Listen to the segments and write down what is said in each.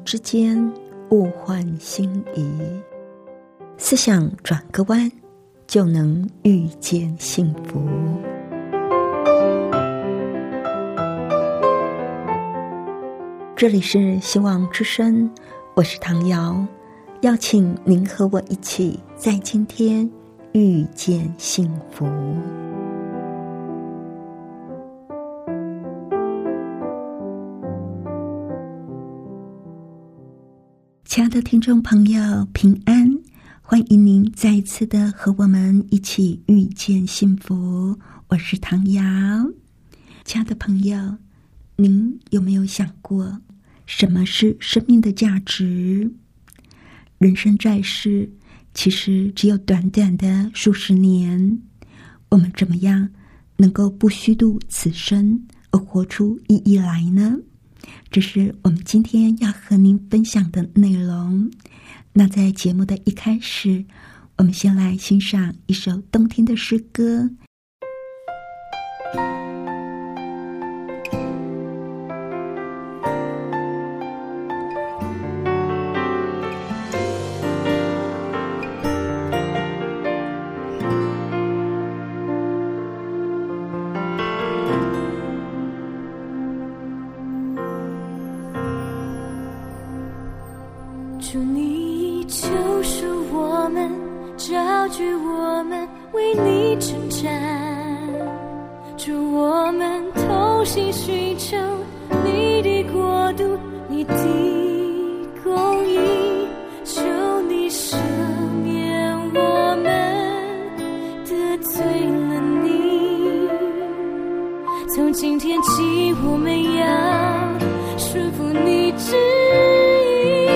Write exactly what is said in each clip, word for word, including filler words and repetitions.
之间，物换星移，思想转个弯，就能遇见幸福。这里是希望之声，我是唐瑶，邀请您和我一起在今天遇见幸福。亲爱的听众朋友，平安，欢迎您再一次的和我们一起遇见幸福，我是唐瑶。亲爱的朋友，您有没有想过什么是生命的价值？人生在世，其实只有短短的数十年，我们怎么样能够不虚度此生而活出意义来呢？这是我们今天要和您分享的内容。那在节目的一开始，我们先来欣赏一首动听的诗歌。 主你救赎我们，招聚我们，为你征战。主我们同心寻求你的国度，你的公义，求你赦免我们得罪了你。从今天起，我们要顺服你旨意，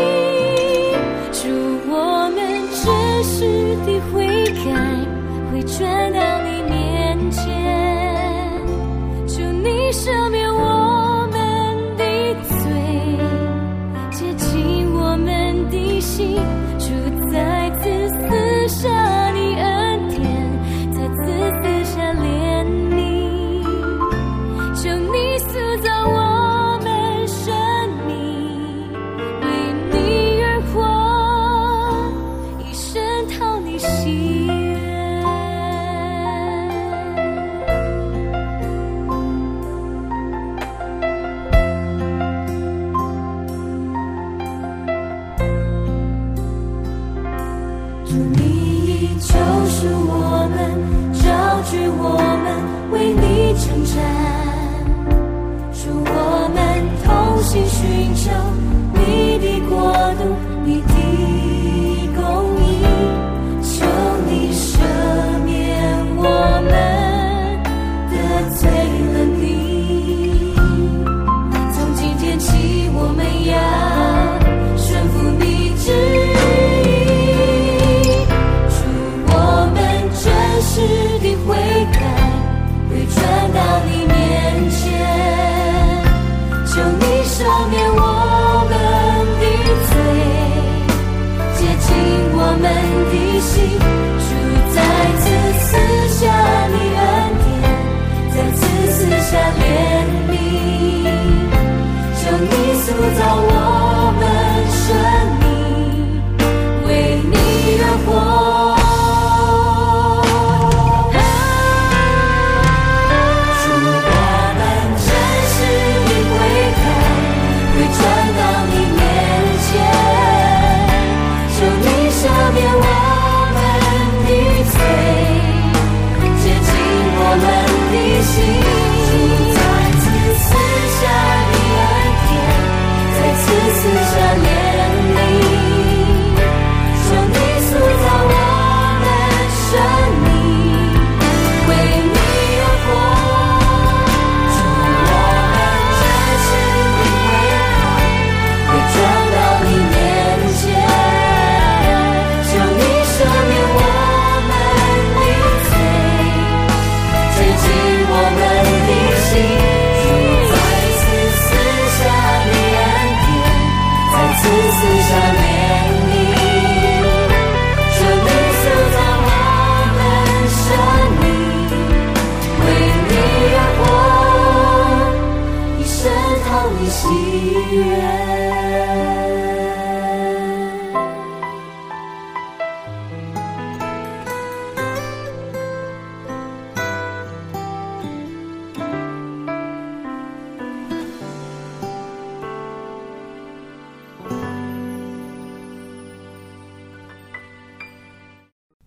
真实的悔改会转到你面前，求你赦免我们的罪，洁净我们的心，主再次赐下你恩典，再次赐下怜悯，求你塑造我们生命，为你而活，讨你喜悦。主你救赎我们，招聚我们，为你征战。主我们同心寻求你的国度，你的公义，求你赦免我们得罪了你。从今天起，我们要顺服你旨意，主我们真实的悔改会转到你面前，求你赦免我们的罪，洁净我们的心，主再次赐下你恩典，再次赐下怜悯，求你塑造我们生命，为你而活。主我们真实的悔改会转到你面前，求你赦免我们的罪，洁净我们的心，主再次赐下你恩典，再次赐下怜悯，求你塑造我们生命，为你而活。主我们真实的悔改会转到你面前，赦免我们的罪，洁净我们的心，主再次赐下你恩典，再次赐下怜悯，求你塑造我们生命，为你而活，一生讨你喜悦。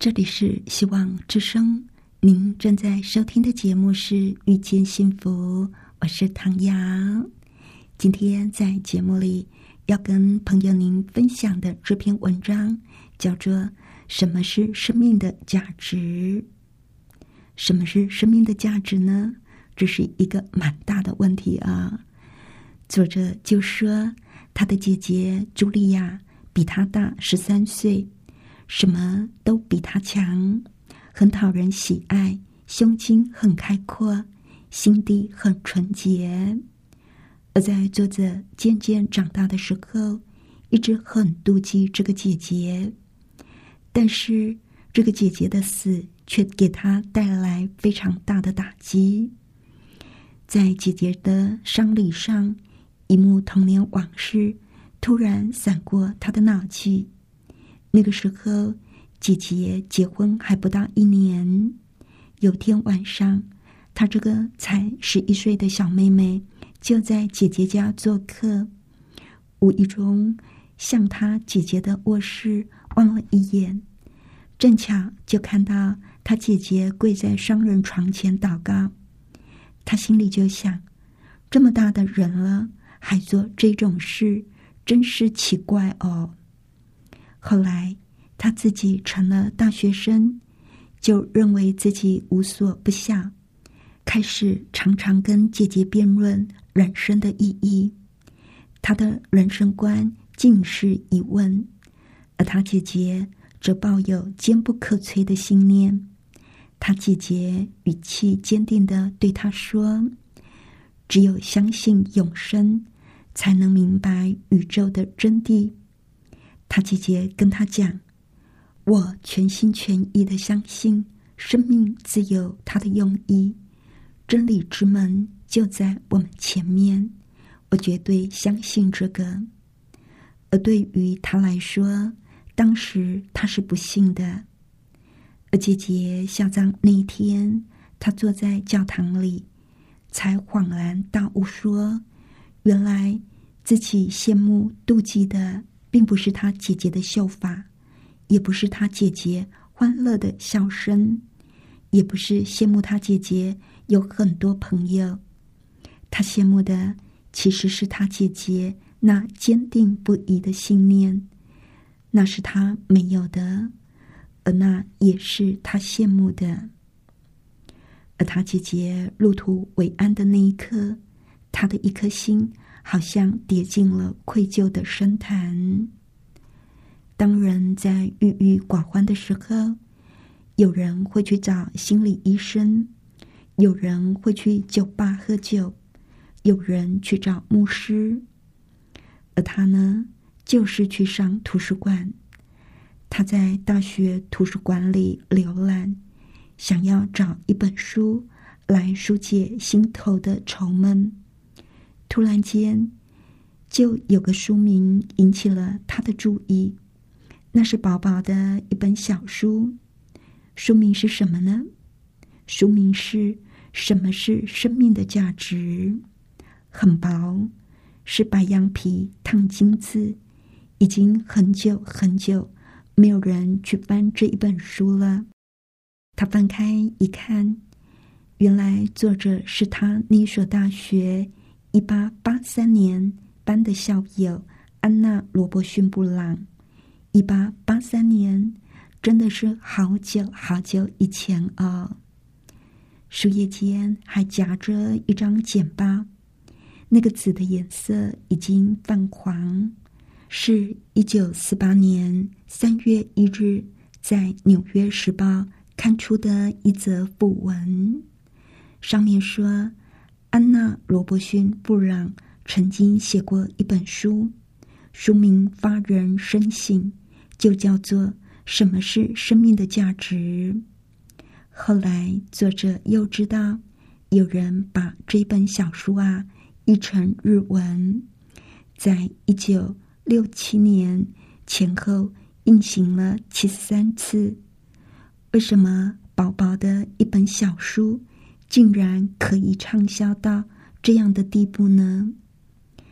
这里是希望之声，您正在收听的节目是遇见幸福，我是唐瑶。今天在节目里要跟朋友您分享的这篇文章叫做什么是生命的价值？什么是生命的价值呢？这是一个蛮大的问题啊。作者就说他的姐姐茱莉亚比他大十三岁，什么都比他强，很讨人喜爱，胸襟很开阔，心地很纯洁。而在作者渐渐长大的时候，一直很妒忌这个姐姐，但是这个姐姐的死却给他带来非常大的打击。在姐姐的丧礼上，一幕童年往事突然闪过他的脑际。那个时候姐姐结婚还不到一年，有天晚上，她这个才十一岁的小妹妹就在姐姐家做客，无意中向她姐姐的卧室望了一眼，正巧就看到她姐姐跪在双人床前祷告。她心里就想，这么大的人了，还做这种事，真是奇怪哦。后来他自己成了大学生，就认为自己无所不晓，开始常常跟姐姐辩论人生的意义。他的人生观尽是疑问，而他姐姐则抱有坚不可摧的信念。他姐姐语气坚定地对他说，只有相信永生，才能明白宇宙的真谛。他姐姐跟他讲，我全心全意地相信生命自有它的用意，真理之门就在我们前面，我绝对相信这个。而对于他来说，当时他是不信的。而姐姐下葬那一天，他坐在教堂里，才恍然大悟说，原来自己羡慕妒忌的并不是他姐姐的秀发，也不是他姐姐欢乐的笑声，也不是羡慕他姐姐有很多朋友。他羡慕的其实是他姐姐那坚定不移的信念，那是他没有的，而那也是他羡慕的。而他姐姐入土为安的那一刻，他的一颗心好像跌进了愧疚的深潭。当人在郁郁寡欢的时候，有人会去找心理医生，有人会去酒吧喝酒，有人去找牧师。而他呢，就是去上图书馆。他在大学图书馆里浏览，想要找一本书来疏解心头的愁闷。突然间，就有个书名引起了他的注意，那是薄薄的一本小书。书名是什么呢？书名是什么是生命的价值？很薄，是白羊皮烫金字，已经很久很久没有人去翻这一本书了。他翻开一看，原来作者是他那所大学一八八三年班的校友安娜·罗伯逊·布朗。一八八三年真的是好久好久以前哦。书页间还夹着一张简报，那个纸的颜色已经泛黄，是一九四八年三月一日在《纽约时报》刊出的一则讣文。上面说，安娜·罗伯逊·布朗曾经写过一本书，书名发人深省，就叫做《什么是生命的价值》。后来作者又知道，有人把这本小书啊译成日文，在一九六七年前后印行了七十三次。为什么薄薄的一本小书竟然可以畅销到这样的地步呢？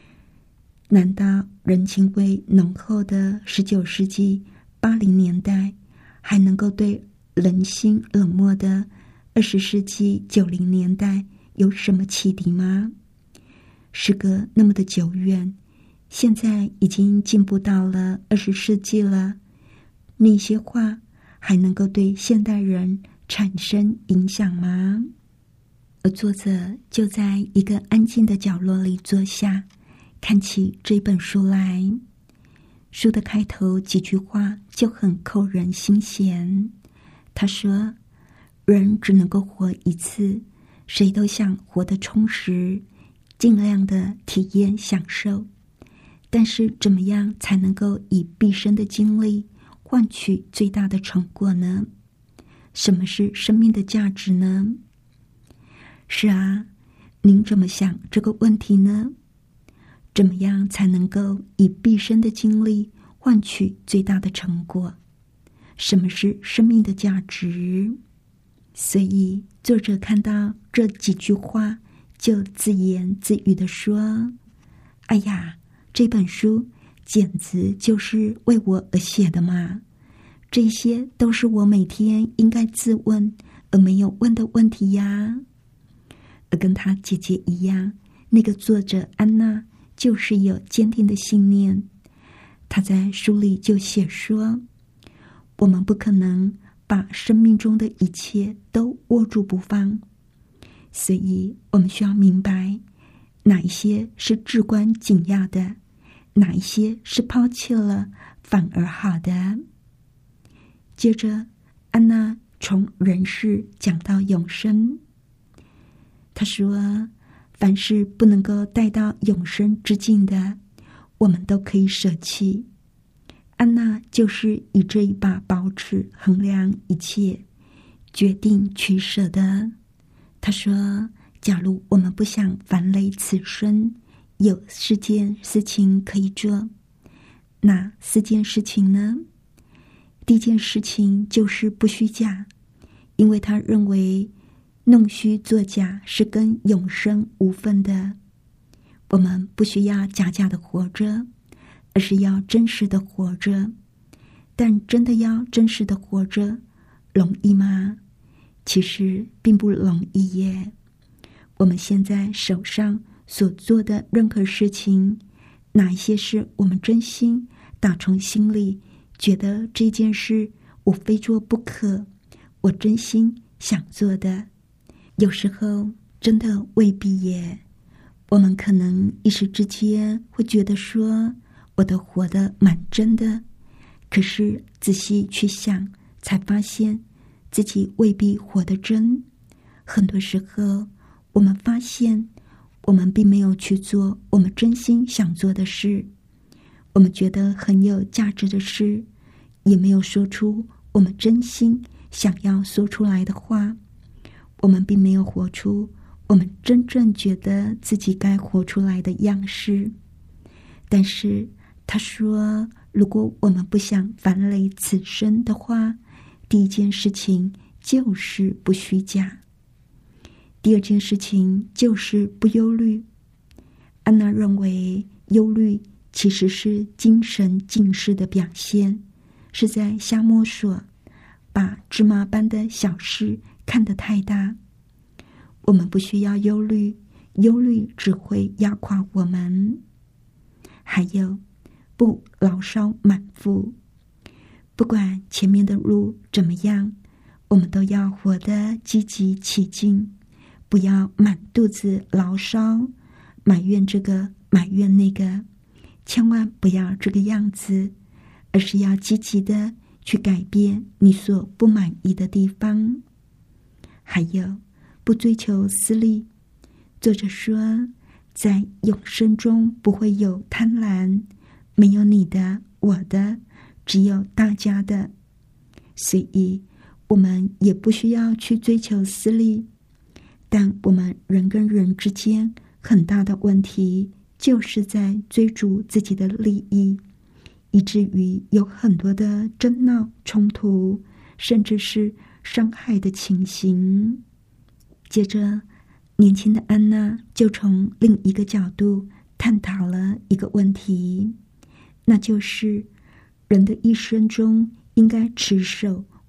难道人情味浓厚的十九世纪八零年代还能够对人心冷漠的二十世纪九零年代有什么启迪吗？时隔那么的久远，现在已经进步到了二十世纪了，那些话还能够对现代人产生影响吗？而作者就在一个安静的角落里坐下，看起这本书来。书的开头几句话就很扣人心弦。他说，人只能够活一次，谁都想活得充实，尽量的体验享受，但是怎么样才能够以毕生的精力换取最大的成果呢？什么是生命的价值呢？是啊，您怎么想这个问题呢？怎么样才能够以毕生的精力换取最大的成果？什么是生命的价值？所以作者看到这几句话，就自言自语地说，哎呀，这本书简直就是为我而写的嘛，这些都是我每天应该自问而没有问的问题呀。而跟他姐姐一样，那个作者安娜就是有坚定的信念。她在书里就写说，我们不可能把生命中的一切都握住不放，所以我们需要明白哪一些是至关紧要的，哪一些是抛弃了反而好的。接着安娜从人世讲到永生，她说，凡是不能够带到永生之境的，我们都可以舍弃。安娜就是以这一把宝尺衡量一切，决定取舍的。她说，假如我们不想烦累此生，有四件事情可以做。哪四件事情呢？第一件事情就是不虚假，因为他认为弄虚作假是跟永生无分的。我们不需要假假的活着，而是要真实的活着。但真的要真实的活着，容易吗？其实并不容易耶。我们现在手上所做的任何事情，哪一些是我们真心打从心里觉得这件事我非做不可，我真心想做的？有时候真的未必耶。我们可能一时之间会觉得说，我都活得蛮真的，可是仔细去想，才发现自己未必活得真。很多时候我们发现，我们并没有去做我们真心想做的事，我们觉得很有价值的事，也没有说出我们真心想要说出来的话。我们并没有活出我们真正觉得自己该活出来的样式。但是他说，如果我们不想烦累此生的话，第一件事情就是不虚假。第二件事情就是不忧虑。安娜认为忧虑其实是精神近视的表现，是在瞎摸索，把芝麻般的小事看得太大。我们不需要忧虑，忧虑只会压垮我们。还有，不牢骚满腹。不管前面的路怎么样，我们都要活得积极起劲，不要满肚子牢骚，埋怨这个埋怨那个，千万不要这个样子，而是要积极的去改变你所不满意的地方。还有，不追求私利。作者说，在永生中不会有贪婪，没有你的我的，只有大家的。所以我们也不需要去追求私利。但我们人跟人之间很大的问题，就是在追逐自己的利益，以至于有很多的争闹冲突，甚至是伤害的情形。接着年轻的安娜就从另一个角度探讨了一个问题，那就是人的一生中应该持守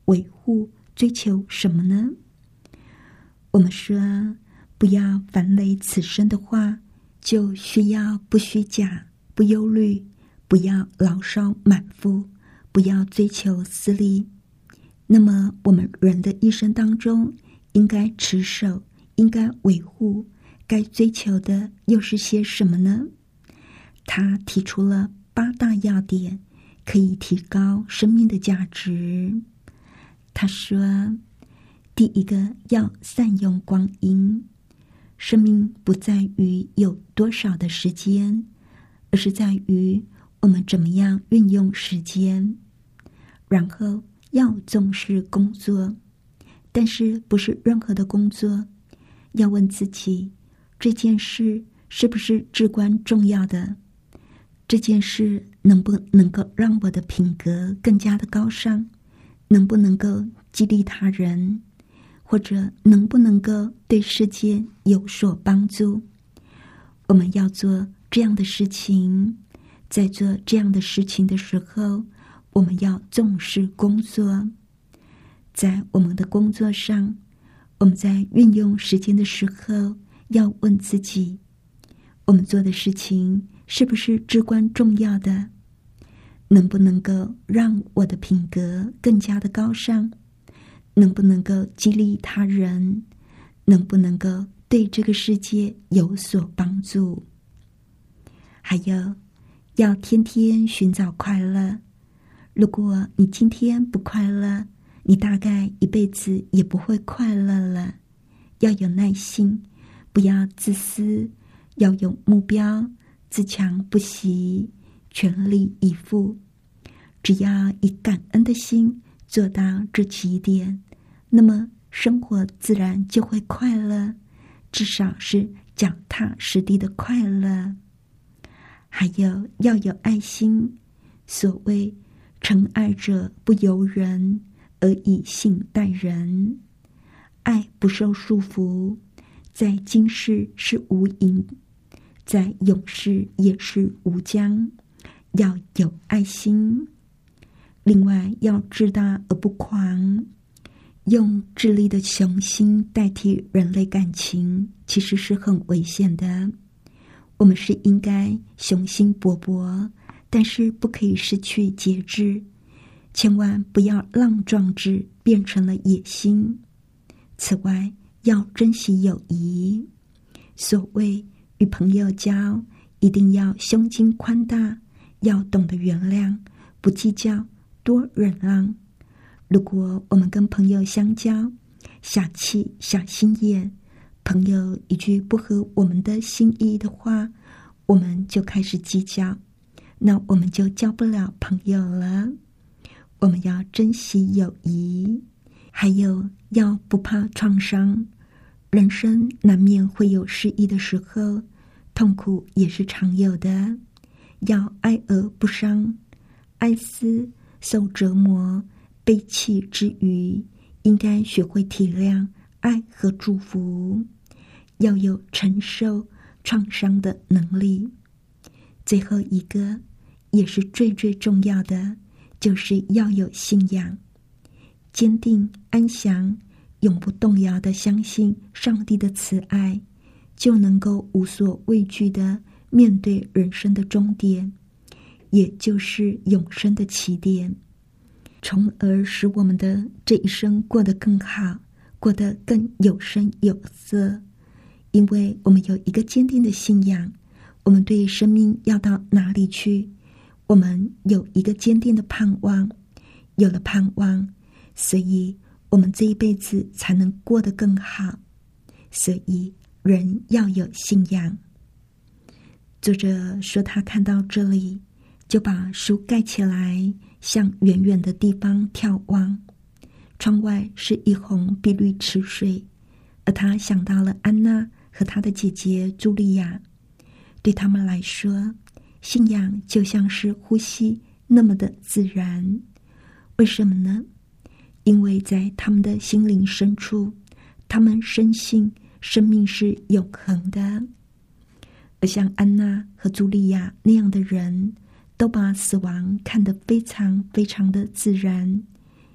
维护、追求什么呢？我们说不要烦累此生的话，就需要不虚假、不忧虑，不要牢骚满腹，不要追求私利。那么我们人的一生当中，应该持守、应该维护、该追求的又是些什么呢？他提出了八大要点，可以提高生命的价值。他说，第一个要善用光阴。生命不在于有多少的时间，而是在于我们怎么样运用时间。然后要重视工作，但是不是任何的工作，要问自己，这件事是不是至关重要的？这件事能不能够让我的品格更加的高尚？能不能够激励他人？或者能不能够对世界有所帮助？我们要做这样的事情，在做这样的事情的时候，我们要重视工作。在我们的工作上，我们在运用时间的时候，要问自己，我们做的事情是不是至关重要的？能不能够让我的品格更加的高尚？能不能够激励他人？能不能够对这个世界有所帮助？还有，要天天寻找快乐。如果你今天不快乐，你大概一辈子也不会快乐了。要有耐心，不要自私，要有目标，自强不息，全力以赴。只要以感恩的心做到这几点，那么生活自然就会快乐，至少是脚踏实地的快乐。还有要有爱心，所谓诚爱者不由人，而以信待人。爱不受束缚，在今世是无垠，在永世也是无疆。要有爱心。另外要志大而不狂，用智力的雄心代替人类感情，其实是很危险的。我们是应该雄心勃勃，但是不可以失去节制，千万不要让壮志变成了野心。此外，要珍惜友谊。所谓与朋友交，一定要胸襟宽大，要懂得原谅，不计较，多忍让。如果我们跟朋友相交，小气、小心眼，朋友一句不合我们的心意的话，我们就开始计较，那我们就交不了朋友了。我们要珍惜友谊，还有要不怕创伤。人生难免会有失意的时候，痛苦也是常有的。要爱而不伤，哀思受折磨悲泣之余，应该学会体谅、爱和祝福，要有承受创伤的能力。最后一个，也是最最重要的，就是要有信仰，坚定、安详、永不动摇地相信上帝的慈爱，就能够无所畏惧地面对人生的终点，也就是永生的起点，从而使我们的这一生过得更好，过得更有声有色。因为我们有一个坚定的信仰，我们对生命要到哪里去，我们有一个坚定的盼望，有了盼望，所以我们这一辈子才能过得更好。所以人要有信仰。作者说他看到这里，就把书盖起来，向远远的地方眺望。窗外是一泓碧绿池水，而他想到了安娜和她的姐姐茱莉亚。对他们来说，信仰就像是呼吸那么的自然。为什么呢？因为在他们的心灵深处，他们深信生命是永恒的。而像安娜和茱莉亚那样的人，都把死亡看得非常非常的自然，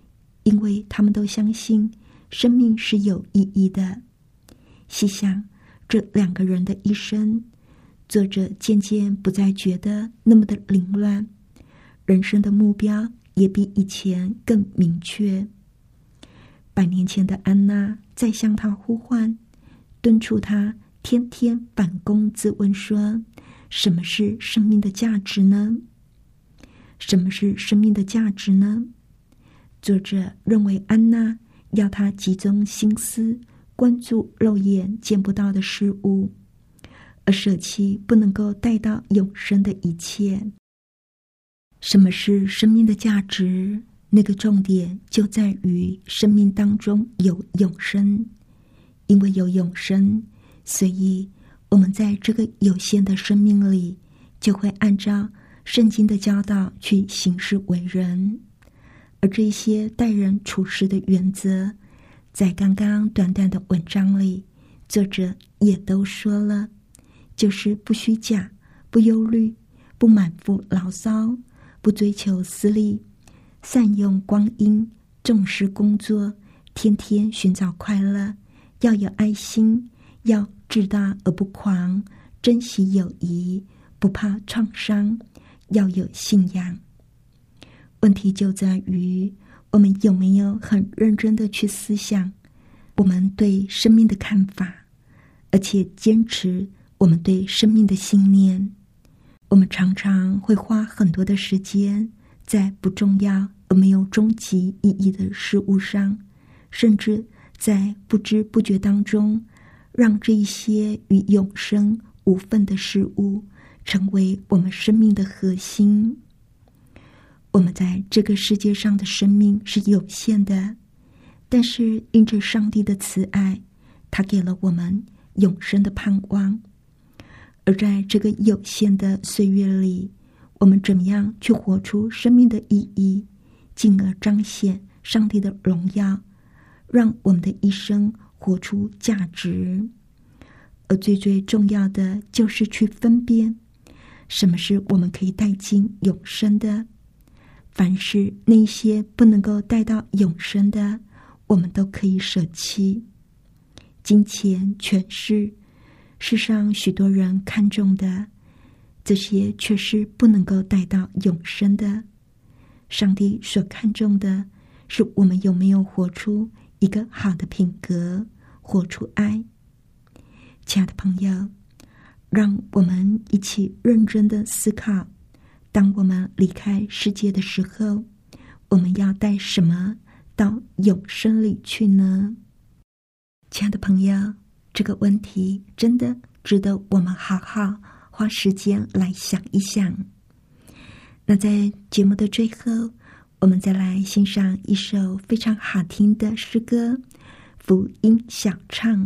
因为他们都相信生命是有意义的。细想这两个人的一生，作者渐渐不再觉得那么的凌乱，人生的目标也比以前更明确。百年前的安娜再向他呼唤，敦促他天天反躬自问说，什么是生命的价值呢？什么是生命的价值呢？作者认为安娜要他集中心思关注肉眼见不到的事物，而舍弃不能够带到永生的一切。什么是生命的价值？那个重点就在于生命当中有永生。因为有永生，所以我们在这个有限的生命里，就会按照圣经的教导去行事为人。而这些待人处事的原则，在刚刚短短的文章里，作者也都说了，就是不虚假，不忧虑，不满腹牢骚，不追求私利，善用光阴，重视工作，天天寻找快乐，要有爱心，要志大而不狂，珍惜友谊，不怕创伤，要有信仰。问题就在于我们有没有很认真的去思想我们对生命的看法，而且坚持我们对生命的信念。我们常常会花很多的时间在不重要而没有终极意义的事物上，甚至在不知不觉当中，让这一些与永生无分的事物成为我们生命的核心。我们在这个世界上的生命是有限的，但是因着上帝的慈爱，他给了我们永生的盼望。而在这个有限的岁月里，我们怎么样去活出生命的意义，进而彰显上帝的荣耀，让我们的一生活出价值。而最最重要的就是去分辨什么是我们可以带进永生的，凡是那些不能够带到永生的，我们都可以舍弃。金钱、权势，世上许多人看重的，这些却是不能够带到永生的。上帝所看重的是我们有没有活出一个好的品格，活出爱。亲爱的朋友，让我们一起认真的思考，当我们离开世界的时候，我们要带什么到永生里去呢？亲爱的朋友，这个问题真的值得我们好好花时间来想一想。那在节目的最后，我们再来欣赏一首非常好听的诗歌《福音小唱》。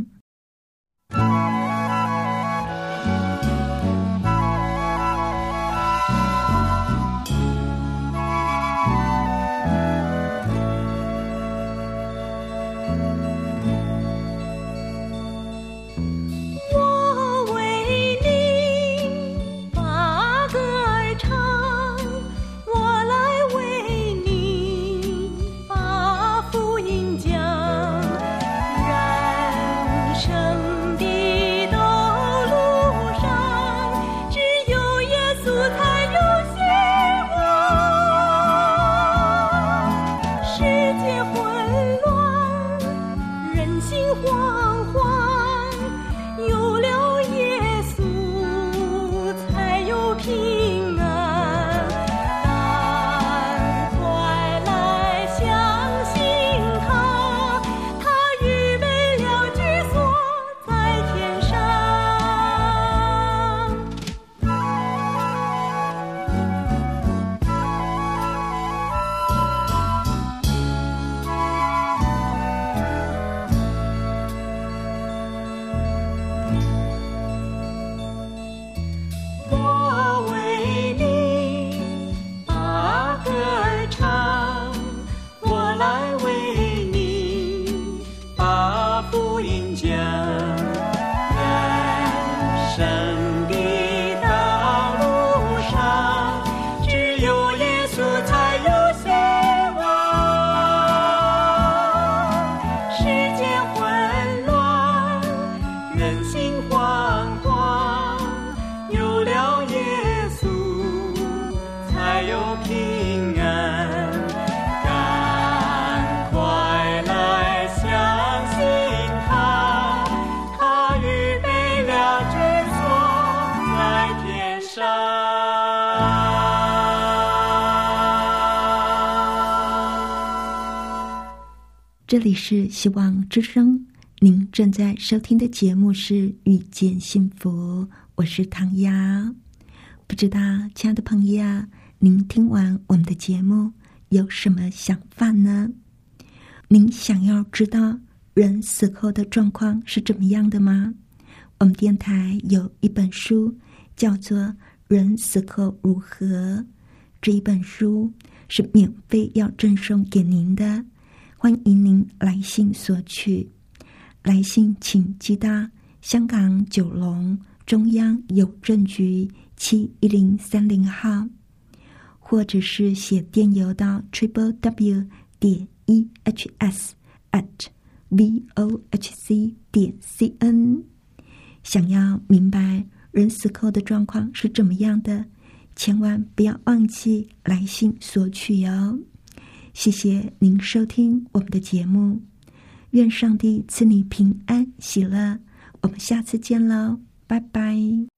这里是希望之声，您正在收听的节目是遇见幸福，我是唐瑶。不知道亲爱的朋友，您听完我们的节目有什么想法呢？您想要知道人死后的状况是怎么样的吗？我们电台有一本书叫做《人死后如何》，这一本书是免费要赠送给您的，欢迎您来信索取。来信请寄到香港九龙中央邮政局七一零三零号，或者是写电邮到 triple w 点 e h s at v o h c 点 c n。 想要明白人死后的状况是怎么样的，千万不要忘记来信索取哦。谢谢您收听我们的节目，愿上帝赐你平安喜乐，我们下次见喽，拜拜。